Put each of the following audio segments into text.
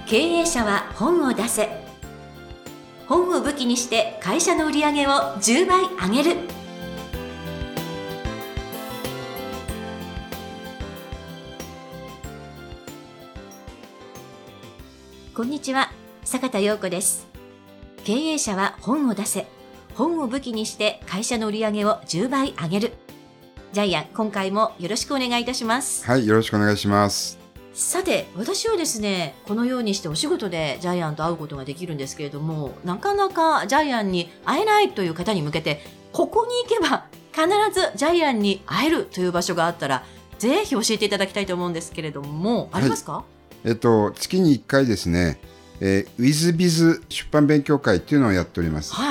経営者は本を出せ。本を武器にして会社の売り上げを10倍上げる。こんにちは、坂田陽子です。経営者は本を出せ。本を武器にして会社の売り上げを10倍上げる。ジャイアン、今回もよろしくお願いいたします。 はい、よろしくお願いします。 さて、私はですね、このようにしてお仕事でジャイアンと会うことができるんですけれども、なかなかジャイアンに会えないという方に向けて、ここに行けば必ずジャイアンに会えるという場所があったら、ぜひ教えていただきたいと思うんですけれども、ありますか？ 月に1回ですね、WithBiz 出版勉強会っていうのをやっております。 はい。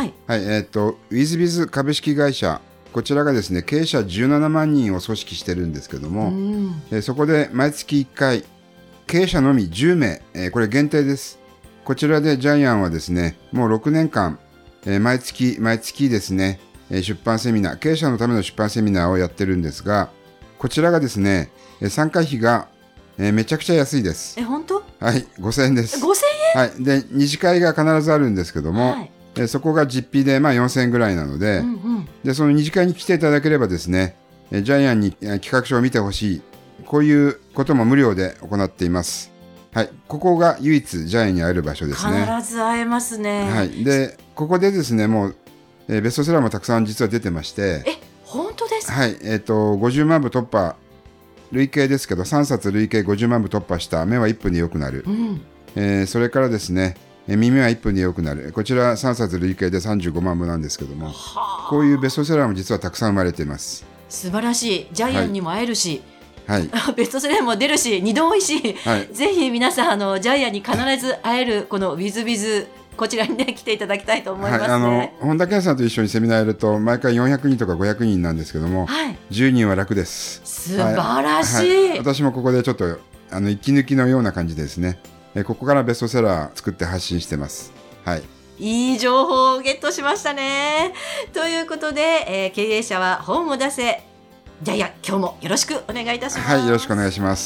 WithBiz 株式会社、こちらがですね、経営者17万人を組織してるんですけども、そこで毎月1回、経営者のみ10名、これ限定です。こちらでジャイアンはですね、もう6年間、毎月ですね、出版セミナー、経営者のための出版セミナーをやってるんですが、こちらがですね、参加費が、めちゃくちゃ安いです。 本当？ はい、5000円です。 5000円？ はい。で、二次会が必ずあるんですけども、はい、そこが実費で4000円ぐらいなので、で、その二次会に来ていただければですね、ジャイアンに企画書を見てほしい、こういうことも無料で行っています。はい。ここが唯一ジャイアンに会える場所ですね。 必ず会えますね。 はい。で、ここでですね、もう、ベストセラーもたくさん実は出てまして、 本当ですか？ はい。50万部突破、累計ですけど、3冊累計50万部突破した目は1分で良くなる。それからですね、耳は1分で良くなる。こちら3冊累計で35万部なんですけども、こういうベストセラーも実はたくさん生まれています。 素晴らしい。ジャイアンにも会えるし、 はい、 ベストセラーも出るし、二度おいしい。はい、ぜひ皆さん、ジャイアンに必ず会える、この WithBiz、こちらにね、来ていただきたいと思いますね。 本田健さんと一緒にセミナーやると、毎回400人とか500人なんですけども、10人は楽です。 素晴らしい。 私もここでちょっと、息抜きのような感じですね。ここからベストセラー作って発信してます。はい。 いい情報をゲットしましたね。ということで、経営者は本を出せ。ジャイアン、今日もよろしくお願いいたします。 はい、よろしくお願いします。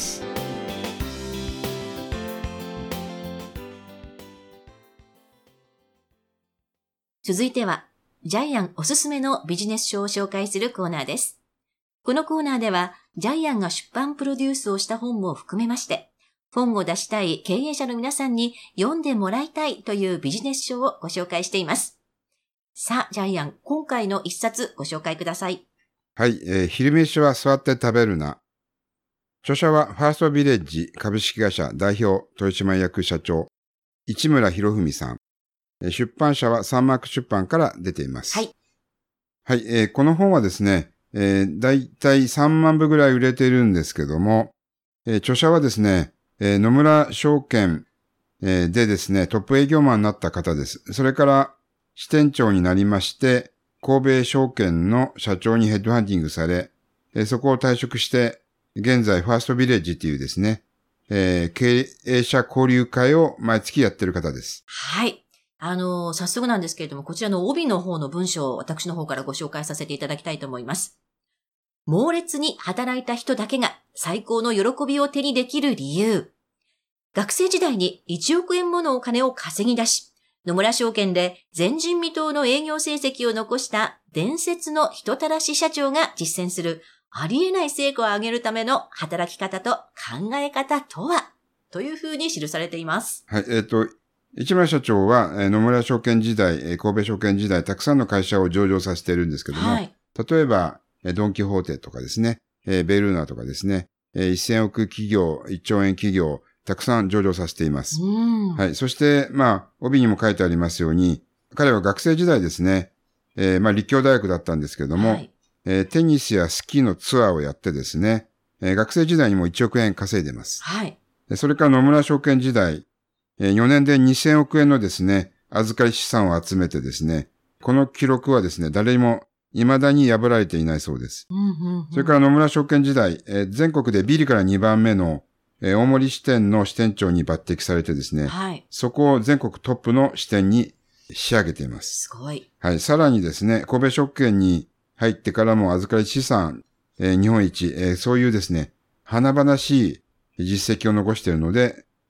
続いては、ジャイアンおすすめのビジネス書を紹介するコーナーです。このコーナーでは、ジャイアンが出版プロデュースをした本も含めまして、本を出したい経営者の皆さんに読んでもらいたいというビジネス書をご紹介しています。さあ、ジャイアン、今回の一冊ご紹介ください。 はい、昼飯は座って食べるな。著者はファーストビレッジ株式会社代表取締役社長、市村博文さん。出版社はサンマーク出版から出ています。はい。はい、この本はですね、だいたい3万部ぐらい売れているんですけども、著者はですね、野村証券、でですね、トップ営業マンになった方です。それから支店長になりまして、神戸証券の社長にヘッドハンティングされ、そこを退職して、現在ファーストビレッジというですね、経営者交流会を毎月やってる方です。 はい。早速なんですけれども、こちらの帯の方の文章を私の方からご紹介させていただきたいと思います。猛烈に働いた人だけが最高の喜びを手にできる理由。学生時代に1億円ものお金を稼ぎ出し、野村証券で前人未到の営業成績を残した伝説の人たらし社長が実践するありえない成果を上げるための働き方と考え方とはというふうに記されています。 はい、市村社長は野村証券時代、神戸証券時代、たくさんの会社を上場させているんですけども、例えば、ドンキホーテとかですね、ベルーナとかですね、1000億企業、1兆円企業、たくさん上場させています。はい。そして、帯にも書いてありますように、彼は学生時代ですね、立教大学だったんですけども、テニスやスキーのツアーをやってですね、学生時代にも1億円稼いでます。はい。それから野村証券時代、4年で2000億円のですね、預かり資産を集めてですね、この記録はですね、誰にも未だに破られていないそうです。それから野村証券時代、全国でビリから2番目の、大森支店の支店長に抜擢されてですね、そこを全国トップの支店に仕上げています。 すごい。 はい。さらにですね、神戸証券に入ってからも預かり資産、日本一、そういうですね、華々しい実績を残しているので、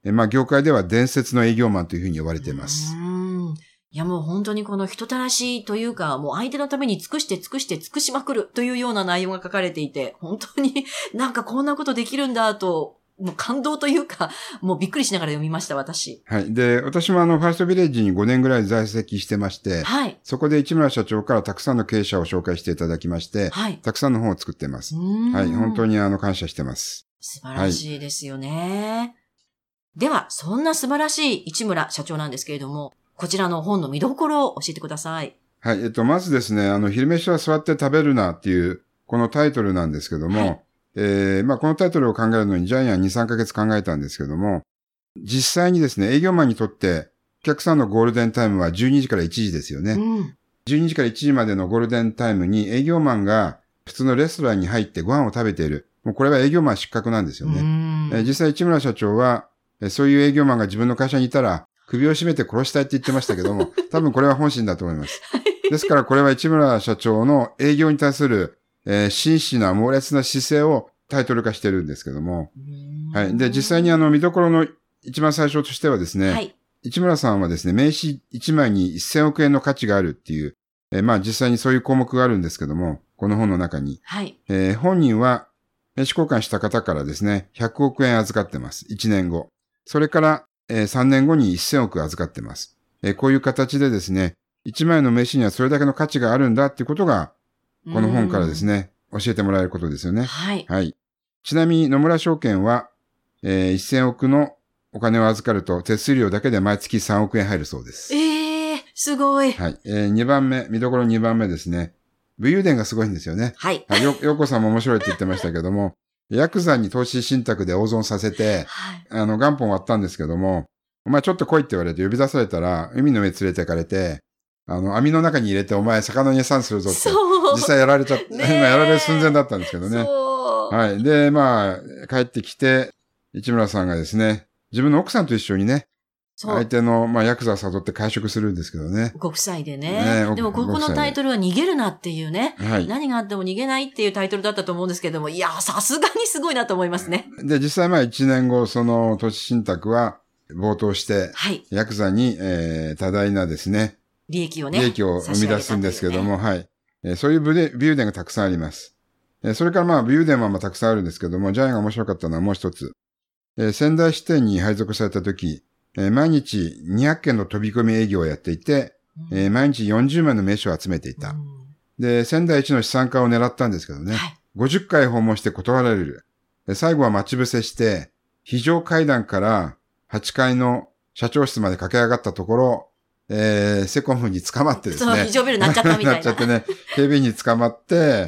業界では伝説の営業マンというふうに呼ばれています。 いやもう本当にこの人たらしというか、もう相手のために尽くして尽くして尽くしまくるというような内容が書かれていて、本当になんかこんなことできるんだと、もう感動というか、もうびっくりしながら読みました、私。 はい。で、私もファーストビレッジに5年ぐらい在籍してまして、 はい。 そこで市村社長からたくさんの経営者を紹介していただきまして、はい。たくさんの本を作っています。はい。本当に感謝してます。 素晴らしいですよね。はい、では、そんな素晴らしい市村社長なんですけれども、こちらの本の見どころを教えてください。 はい。まずですね、昼飯は座って食べるなっていう、このタイトルなんですけども、はい、このタイトルを考えるのにジャイアン2、3ヶ月考えたんですけども、実際にですね、営業マンにとってお客さんのゴールデンタイムは12時から1時ですよね。12時から1時までのゴールデンタイムに営業マンが普通のレストランに入ってご飯を食べている。もうこれは営業マン失格なんですよね。実際市村社長は、そういう営業マンが自分の会社にいたら首を絞めて殺したいって言ってましたけども、多分これは本心だと思います。ですからこれは市村社長の営業に対する真摯な猛烈な姿勢をタイトル化してるんですけども。はい。で、実際に見どころの一番最初としてはですね、はい、市村さんはですね、名刺1枚に1000億円の価値があるっていう、実際にそういう項目があるんですけども、この本の中に。はい。本人は名刺交換した方からですね、100億円預かってます。1年後。それから、3年後に1000億預かってます。こういう形でですね、1枚の名刺にはそれだけの価値があるんだっていうことが、この本からですね、教えてもらえることですよね。はい。はい。ちなみに野村証券は、1000億のお金を預かると手数料だけで毎月3億円入るそうです。 すごい。 はい。2番目、見どころ2番目ですね。武勇伝がすごいんですよね。はい。よこさんも面白いって言ってましたけども、ヤクザに投資信託で大損させて、はい、元本割ったんですけども、お前ちょっと来いって言われて呼び出されたら、海の上連れてかれて、網の中に入れてお前魚に餌にするぞって、実際やられちゃって、今やられる寸前だったんですけどね。はい。で、帰ってきて、市村さんがですね、自分の奥さんと一緒にね、相手の、ヤクザを誘って会食するんですけどね。 ご夫妻でね。でも、ここのタイトルは逃げるなっていうね。はい。何があっても逃げないっていうタイトルだったと思うんですけども、いや、さすがにすごいなと思いますね。 で、実際1年後、その投資信託は、暴騰して、はい。ヤクザに、多大なですね。 利益をね。 利益を生み出すんですけども、はい。そういう武勇伝がたくさんあります。それから武勇伝はたくさんあるんですけども、ジャイアンが面白かったのはもう一つ。仙台支店に配属された時、毎日200件の飛び込み営業をやっていて、毎日40枚の名刺を集めていた。で、仙台一の資産家を狙ったんですけどね。はい、50回訪問して断られる。最後は待ち伏せして、非常階段から8階の社長室まで駆け上がったところ、セコムに捕まってですね。 非常ビルになっちゃったみたいな。 なっちゃってね。警備員に捕まって、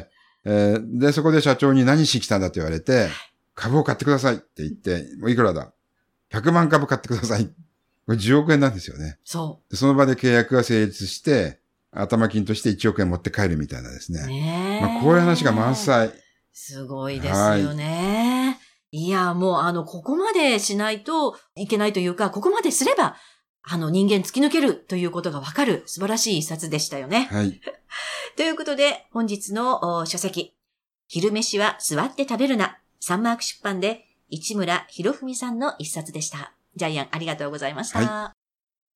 で、そこで社長に何しに来たんだって言われて、株を買ってくださいって言って、もういくらだ ?100 万株買ってください。これ10億円なんですよね。 そう。 その場で契約が成立して、頭金として1億円持って帰るみたいなですね。こういう話が満載。 すごいですよね。いや、もうここまでしないといけないというか、ここまですれば、人間突き抜けるということがわかる素晴らしい一冊でしたよね。はい。ということで、本日の書籍、昼飯は座って食べるな、サンマーク出版で、市村博文さんの一冊でした。ジャイアン、ありがとうございました。はい。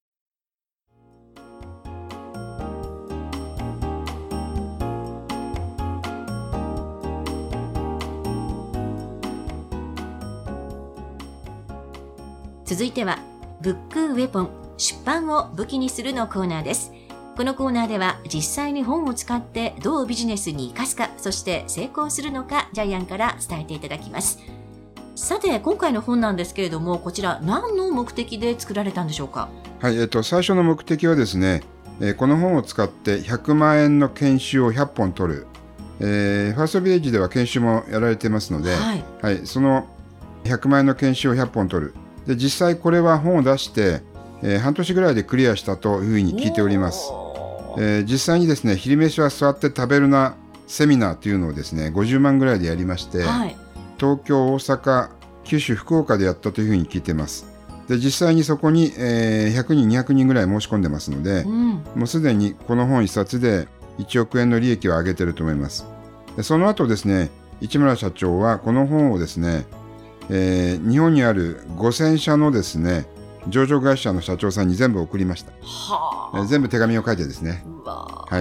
続いては、ブックウェポン、出版を武器にするのコーナーです。このコーナーでは実際に本を使ってどうビジネスに生かすか、そして成功するのか、ジャイアンから伝えていただきます。さて、今回の本なんですけれども、こちら何の目的で作られたんでしょうか？ はい、最初の目的はですね、この本を使って100万円の研修を100本取る。ファーストビレッジでは研修もやられてますので、はい、その100万円の研修を100本取る。で、実際これは本を出して、半年ぐらいでクリアしたというふうに聞いております。実際にですね、昼飯は座って食べるなセミナーというのをですね、50万ぐらいでやりまして、はい、東京、大阪、九州、福岡でやったというふうに聞いています。で、実際にそこに、100人、200人ぐらい申し込んでますので、もうすでにこの本一冊で1億円の利益を上げていると思います。で、その後ですね、市村社長はこの本をですね、 日本にある5000社のですね、上場会社の社長さんに全部送りました。全部手紙を書いてですね。はい、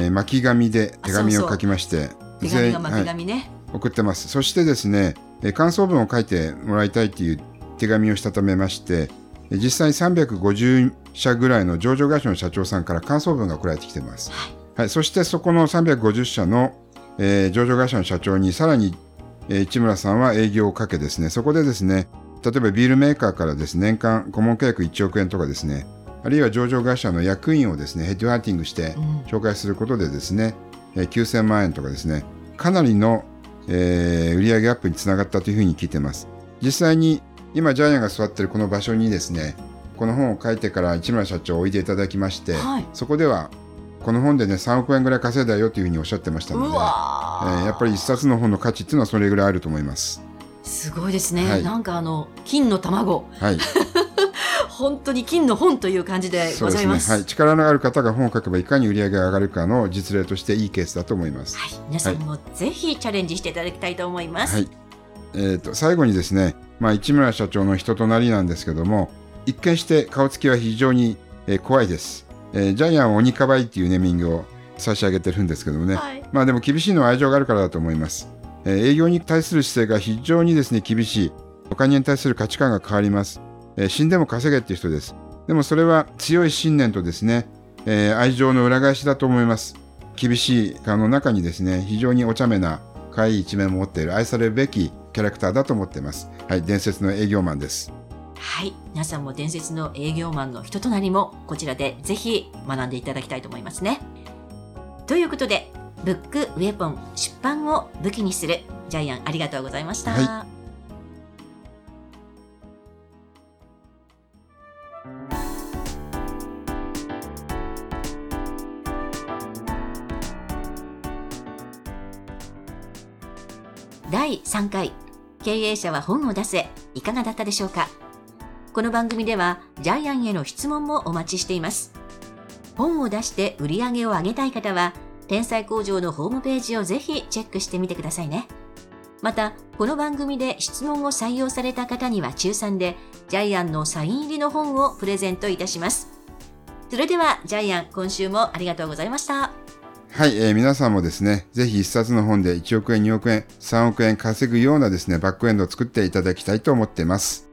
巻き紙で手紙を書きまして。 手紙が巻き紙ね、 送ってます。そしてですね、感想文を書いてもらいたいという手紙をしたためまして、実際350社ぐらいの上場会社の社長さんから感想文が送られてきています。はい、そしてそこの350社の、上場会社の社長にさらに、市村さんは営業をかけですね、そこでですね、例えばビールメーカーからですね、年間顧問契約1億円とかですね、あるいは上場会社の役員をですね、ヘッドハンティングして紹介することでですね、9000万円とかですね、かなりの、売上アップにつながったというふうに聞いています。実際に今ジャイアンが座っているこの場所にですね、この本を書いてから市村社長をおいでいただきまして、そこではこの本でね3億円ぐらい稼いだよというふうにおっしゃってましたので、やっぱり一冊の本の価値っていうのはそれぐらいあると思います。 すごいですね、なんか金の卵、本当に金の本という感じでございます。 そうですね、力のある方が本を書けばいかに売り上げが上がるかの実例としていいケースだと思います。 皆さんもぜひチャレンジしていただきたいと思います。 最後にですね、市村社長の人となりなんですけども、一見して顔つきは非常に、怖いです。ジャイアン鬼かばいっていうネーミングを差し上げてるんですけどもね、でも厳しいのは愛情があるからだと思います。営業に対する姿勢が非常にですね厳しい。お金に対する価値観が変わります。死んでも稼げっていう人です。でもそれは強い信念とですね、愛情の裏返しだと思います。厳しい顔の中にですね、非常にお茶目な可愛い一面を持っている愛されるべきキャラクターだと思っています。伝説の営業マンです。 皆さんも伝説の営業マンの人となりもこちらでぜひ学んでいただきたいと思いますね。ということで、ブックウェポン出版を武器にするジャイアン、ありがとうございました。第3回経営者は本を出せ、いかがだったでしょうか。この番組ではジャイアンへの質問もお待ちしています。本を出して売り上げを上げたい方は天才工場のホームページをぜひチェックしてみてくださいね。またこの番組で質問を採用された方には抽選でジャイアンのサイン入りの本をプレゼントいたします。それではジャイアン、今週もありがとうございました。 皆さんもですね、ぜひ一冊の本で1億円、2億円、3億円稼ぐようなですね、バックエンドを作っていただきたいと思っています。